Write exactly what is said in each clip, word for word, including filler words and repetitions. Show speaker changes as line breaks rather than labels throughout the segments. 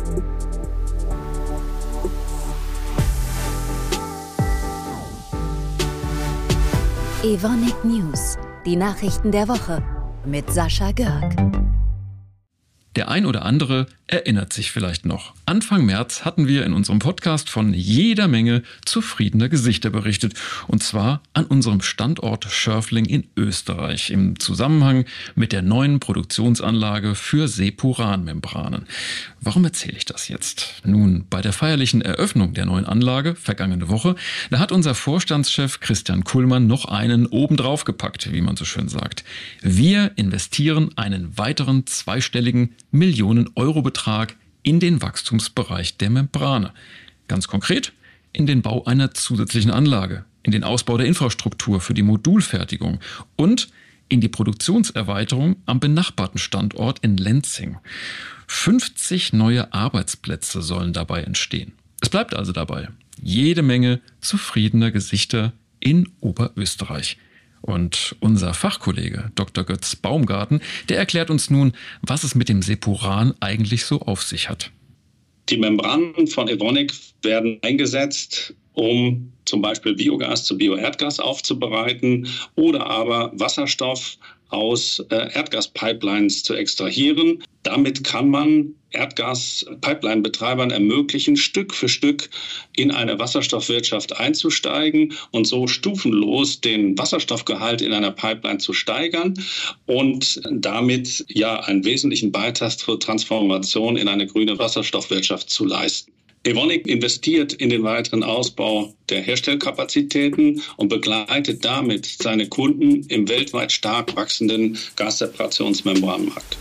Evonik News, die Nachrichten der Woche mit Sascha Görg.
Der ein oder andere erinnert sich vielleicht noch. Anfang März hatten wir in unserem Podcast von jeder Menge zufriedener Gesichter berichtet. Und zwar an unserem Standort Schörfling in Österreich im Zusammenhang mit der neuen Produktionsanlage für Sepuran-Membranen. Warum erzähle ich das jetzt? Nun, bei der feierlichen Eröffnung der neuen Anlage vergangene Woche, da hat unser Vorstandschef Christian Kullmann noch einen obendrauf gepackt, wie man so schön sagt. Wir investieren einen weiteren zweistelligen Millionen-Euro-Betrag in den Wachstumsbereich der Membrane. Ganz konkret in den Bau einer zusätzlichen Anlage, in den Ausbau der Infrastruktur für die Modulfertigung und in die Produktionserweiterung am benachbarten Standort in Lenzing. fünfzig neue Arbeitsplätze sollen dabei entstehen. Es bleibt also dabei. Jede Menge zufriedener Gesichter in Oberösterreich. Und unser Fachkollege Doktor Götz Baumgarten, der erklärt uns nun, was es mit dem Sepuran eigentlich so auf sich hat.
Die Membranen von Evonik werden eingesetzt, um zum Beispiel Biogas zu Bioerdgas aufzubereiten oder aber Wasserstoff aus äh, Erdgaspipelines zu extrahieren. Damit kann man Erdgas-Pipeline-Betreibern ermöglichen, Stück für Stück in eine Wasserstoffwirtschaft einzusteigen und so stufenlos den Wasserstoffgehalt in einer Pipeline zu steigern und damit ja einen wesentlichen Beitrag zur Transformation in eine grüne Wasserstoffwirtschaft zu leisten. Evonik investiert in den weiteren Ausbau der Herstellkapazitäten und begleitet damit seine Kunden im weltweit stark wachsenden Gasseparationsmembranmarkt.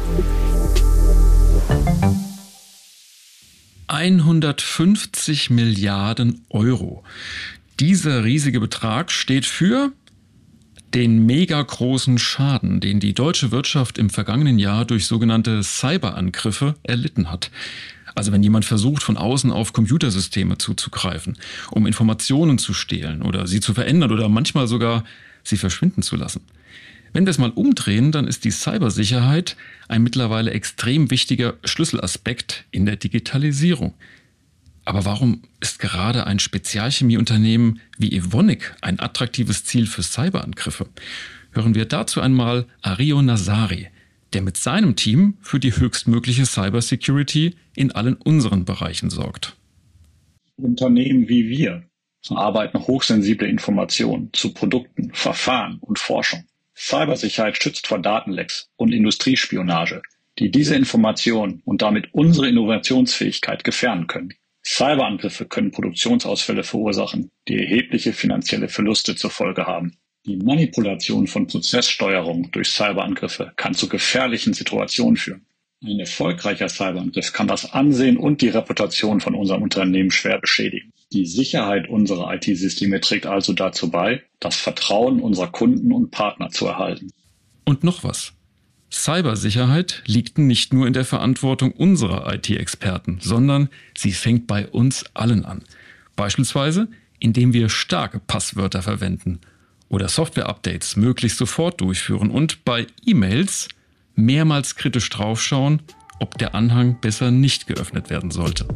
hundertfünfzig Milliarden Euro. Dieser riesige Betrag steht für den mega großen Schaden, den die deutsche Wirtschaft im vergangenen Jahr durch sogenannte Cyberangriffe erlitten hat. Also wenn jemand versucht, von außen auf Computersysteme zuzugreifen, um Informationen zu stehlen oder sie zu verändern oder manchmal sogar sie verschwinden zu lassen. Wenn wir es mal umdrehen, dann ist die Cybersicherheit ein mittlerweile extrem wichtiger Schlüsselaspekt in der Digitalisierung. Aber warum ist gerade ein Spezialchemieunternehmen wie Evonik ein attraktives Ziel für Cyberangriffe? Hören wir dazu einmal Ario Nazari, der mit seinem Team für die höchstmögliche Cybersecurity in allen unseren Bereichen sorgt.
Unternehmen wie wir verarbeiten hochsensible Informationen zu Produkten, Verfahren und Forschung. Cybersicherheit schützt vor Datenlecks und Industriespionage, die diese Informationen und damit unsere Innovationsfähigkeit gefährden können. Cyberangriffe können Produktionsausfälle verursachen, die erhebliche finanzielle Verluste zur Folge haben. Die Manipulation von Prozesssteuerung durch Cyberangriffe kann zu gefährlichen Situationen führen. Ein erfolgreicher Cyberangriff kann das Ansehen und die Reputation von unserem Unternehmen schwer beschädigen. Die Sicherheit unserer I T-Systeme trägt also dazu bei, das Vertrauen unserer Kunden und Partner zu erhalten.
Und noch was. Cybersicherheit liegt nicht nur in der Verantwortung unserer I T-Experten, sondern sie fängt bei uns allen an. Beispielsweise, indem wir starke Passwörter verwenden oder Software-Updates möglichst sofort durchführen und bei E-Mails mehrmals kritisch draufschauen, ob der Anhang besser nicht geöffnet werden sollte.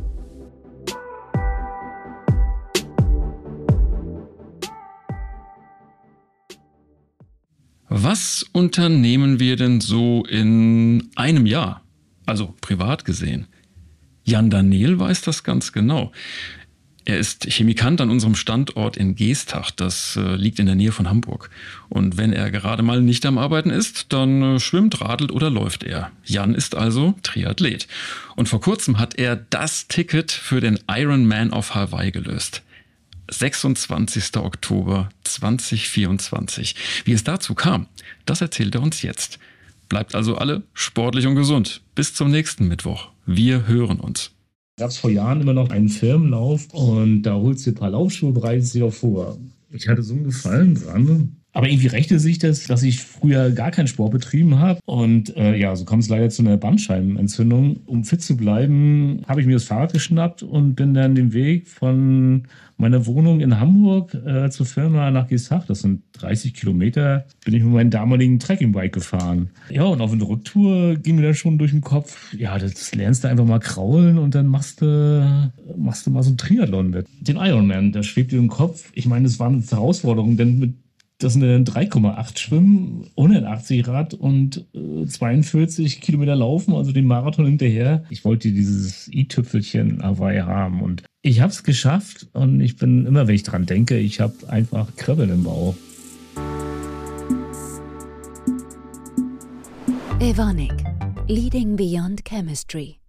Was unternehmen wir denn so in einem Jahr? Also privat gesehen. Jan Daniel weiß das ganz genau. Er ist Chemikant an unserem Standort in Geestach, das äh, liegt in der Nähe von Hamburg. Und wenn er gerade mal nicht am Arbeiten ist, dann äh, schwimmt, radelt oder läuft er. Jan ist also Triathlet. Und vor kurzem hat er das Ticket für den Ironman auf Hawaii gelöst. sechsundzwanzigster Oktober zweitausendvierundzwanzig. Wie es dazu kam, das erzählt er uns jetzt. Bleibt also alle sportlich und gesund. Bis zum nächsten Mittwoch. Wir hören uns.
Gab es vor Jahren immer noch einen Firmenlauf und da holst du ein paar Laufschuhe, bereitest sie doch vor. Ich hatte so einen Gefallen dran Aber irgendwie rächte sich das, dass ich früher gar keinen Sport betrieben habe. Und äh, ja, so kommt es leider zu einer Bandscheibenentzündung. Um fit zu bleiben, habe ich mir das Fahrrad geschnappt und bin dann den Weg von meiner Wohnung in Hamburg äh, zur Firma nach Geesthacht. Das sind dreißig Kilometer. Bin ich mit meinem damaligen Trekkingbike gefahren. Ja, und auf eine Rücktour ging mir dann schon durch den Kopf, ja, das lernst du einfach mal kraulen und dann machst du, machst du mal so einen Triathlon mit. Den Ironman, der schwebt dir im Kopf. Ich meine, es war eine Herausforderung, denn mit das sind dann drei Komma acht Schwimmen, hundertachtzig Rad und äh, zweiundvierzig Kilometer Laufen, also den Marathon hinterher. Ich wollte dieses i-Tüpfelchen Hawaii haben und ich habe es geschafft und ich bin immer, wenn ich dran denke, ich habe einfach Kribbeln im Bauch.
Evonik, Leading Beyond Chemistry.